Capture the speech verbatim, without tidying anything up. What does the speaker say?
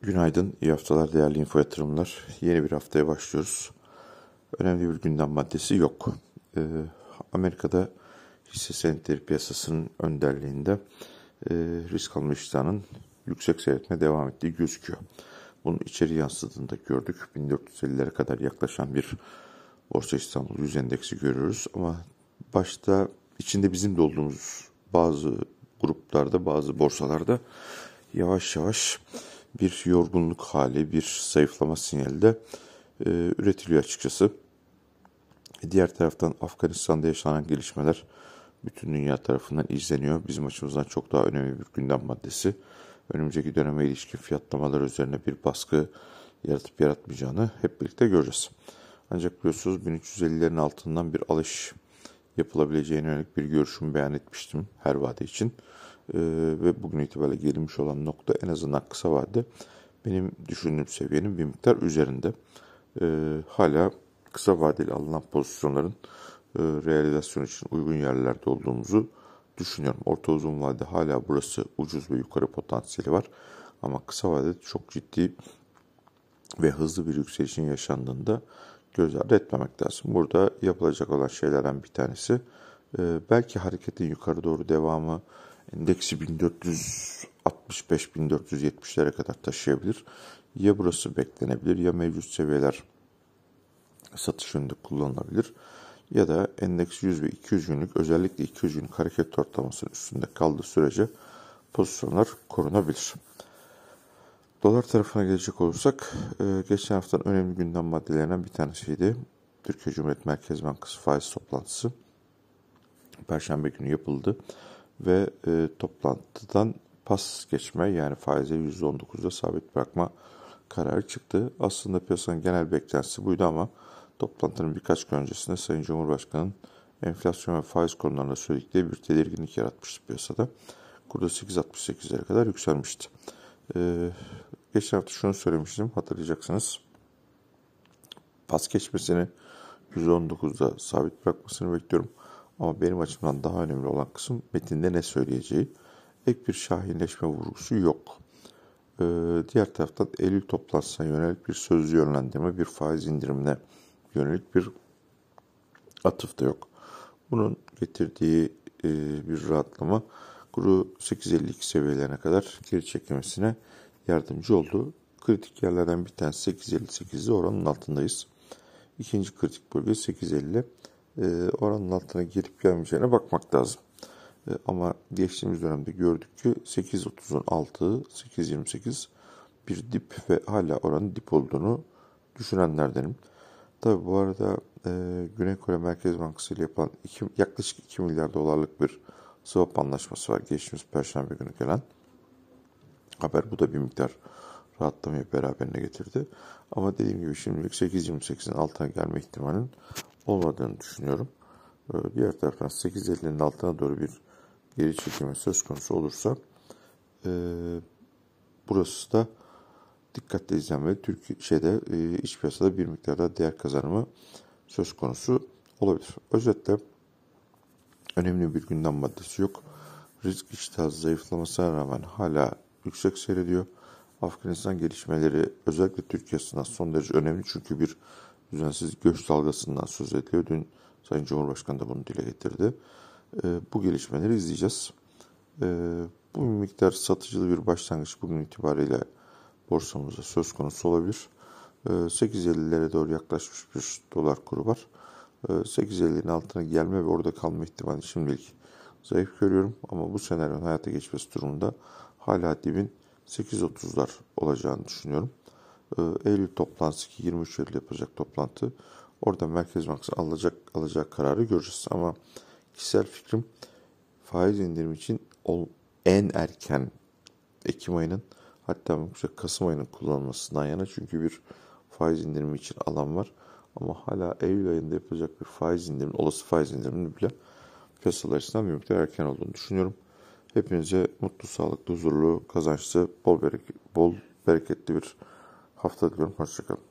Günaydın, iyi haftalar değerli info yatırımlar. Yeni bir haftaya başlıyoruz. Önemli bir gündem maddesi yok. Ee, Amerika'da hisse senetleri piyasasının önderliğinde e, risk alma iştahının yüksek seyretmeye devam ettiği gözüküyor. Bunun içeri yansıdığını da gördük. bin dört yüz ellilere kadar yaklaşan bir Borsa İstanbul yüz endeksi görüyoruz. Ama başta içinde bizim de olduğumuz bazı gruplarda, bazı borsalarda yavaş yavaş bir yorgunluk hali, bir zayıflama sinyali de e, üretiliyor açıkçası. Diğer taraftan Afganistan'da yaşanan gelişmeler bütün dünya tarafından izleniyor. Bizim açımızdan çok daha önemli bir gündem maddesi. Önümüzdeki döneme ilişkin fiyatlamalar üzerine bir baskı yaratıp yaratmayacağını hep birlikte göreceğiz. Ancak biliyorsunuz bin üç yüz ellilerin altından bir alış yapılabileceğine yönelik bir görüşümü beyan etmiştim her vade için. Ee, ve bugün itibariyle gelinmiş olan nokta en azından kısa vadede benim düşündüğüm seviyenin bir miktar üzerinde. Ee, hala kısa vadeli alınan pozisyonların e, realizasyon için uygun yerlerde olduğumuzu düşünüyorum. Orta uzun vadede hala burası ucuz ve yukarı potansiyeli var. Ama kısa vadede çok ciddi ve hızlı bir yükselişin yaşandığında göz ardı etmemek lazım. Burada yapılacak olan şeylerden bir tanesi e, belki hareketin yukarı doğru devamı endeksi bin dört yüz altmış beş bin dört yüz yetmişlere kadar taşıyabilir. Ya burası beklenebilir ya mevcut seviyeler satış yönünde kullanılabilir. Ya da endeks yüz ve iki yüz günlük özellikle iki yüz günlük hareket ortalamasının üstünde kaldığı sürece pozisyonlar korunabilir. Dolar tarafına gelecek olursak, e, geçen haftanın önemli gündem maddelerinden bir tanesiydi. Türkiye Cumhuriyet Merkez Bankası faiz toplantısı Perşembe günü yapıldı ve e, toplantıdan pas geçme yani faizi yüzde on dokuzda sabit bırakma kararı çıktı. Aslında piyasanın genel beklentisi buydu ama toplantının birkaç gün öncesinde Sayın Cumhurbaşkanı'nın enflasyon ve faiz konularında söyledikleri bir tedirginlik yaratmıştı piyasada. Kurda sekiz virgül altmış sekizlere kadar yükselmişti. Ee, geçen hafta şunu söylemiştim, hatırlayacaksınız. Pas geçmesini yüzde on dokuzda sabit bırakmasını bekliyorum. Ama benim açımdan daha önemli olan kısım metinde ne söyleyeceği. Ek bir şahinleşme vurgusu yok. Ee, diğer taraftan Eylül toplantısına yönelik bir sözlü yönlendirme, bir faiz indirimine yönelik bir atıf da yok. Bunun getirdiği e, bir rahatlama kuru sekiz virgül elli iki seviyelerine kadar geri çekilmesine yardımcı oldu. Kritik yerlerden bir tanesi sekiz virgül elli sekizde oranın altındayız. İkinci kritik bölge sekiz virgül elli. E, oranın altına gelip gelmeyeceğine bakmak lazım. E, ama geçtiğimiz dönemde gördük ki sekiz virgül otuzun altı, sekiz virgül yirmi sekiz bir dip ve hala oranın dip olduğunu düşünenlerdenim. Tabi bu arada e, Güney Kore Merkez Bankası ile yapılan iki, yaklaşık iki milyar dolarlık bir swap anlaşması var. Geçtiğimiz Perşembe günü gelen haber. Bu da bir miktar rahatlamayı beraberine getirdi. Ama dediğim gibi şimdilik sekiz virgül yirmi sekizin altına gelme ihtimalinin olmadığını düşünüyorum. E, diğer taraftan sekiz virgül ellinin altına doğru bir geri çekilme söz konusu olursa e, burası da dikkatle izlenmeli. Türkiye şeyde e, iç piyasada bir miktarda değer kazanımı söz konusu olabilir. Özetle önemli bir gündem maddesi yok. Risk iştahı zayıflamasına rağmen hala yüksek seyrediyor. Afganistan gelişmeleri özellikle Türkiye açısından son derece önemli çünkü bir düzensiz göç dalgasından söz ediliyor. Dün Sayın Cumhurbaşkanı da bunu dile getirdi. E, bu gelişmeleri izleyeceğiz. E, bu miktar satıcılı bir başlangıç bugün itibariyle borsamızda söz konusu olabilir. sekiz virgül ellilere doğru yaklaşmış bir dolar kuru var. sekiz virgül ellinin altına gelme ve orada kalma ihtimali şimdilik zayıf görüyorum. Ama bu senaryonun hayata geçmesi durumunda hala dibin sekiz virgül otuzlar olacağını düşünüyorum. Eylül toplantısı ki yirmi üç Eylül yapacak toplantı. Orada Merkez Bankası alacak alacak kararı göreceğiz. Ama kişisel fikrim faiz indirimi için en erken Ekim ayının hatta Kasım ayının kullanılmasından yana çünkü bir faiz indirimi için alan var. Ama hala Eylül ayında yapılacak bir faiz indirimi, olası faiz indirimini bile piyasalar açısından bir miktar erken olduğunu düşünüyorum. Hepinize mutlu, sağlıklı, huzurlu, kazançlı, bol, bereket, bol bereketli bir hafta diliyorum. Hoşçakalın.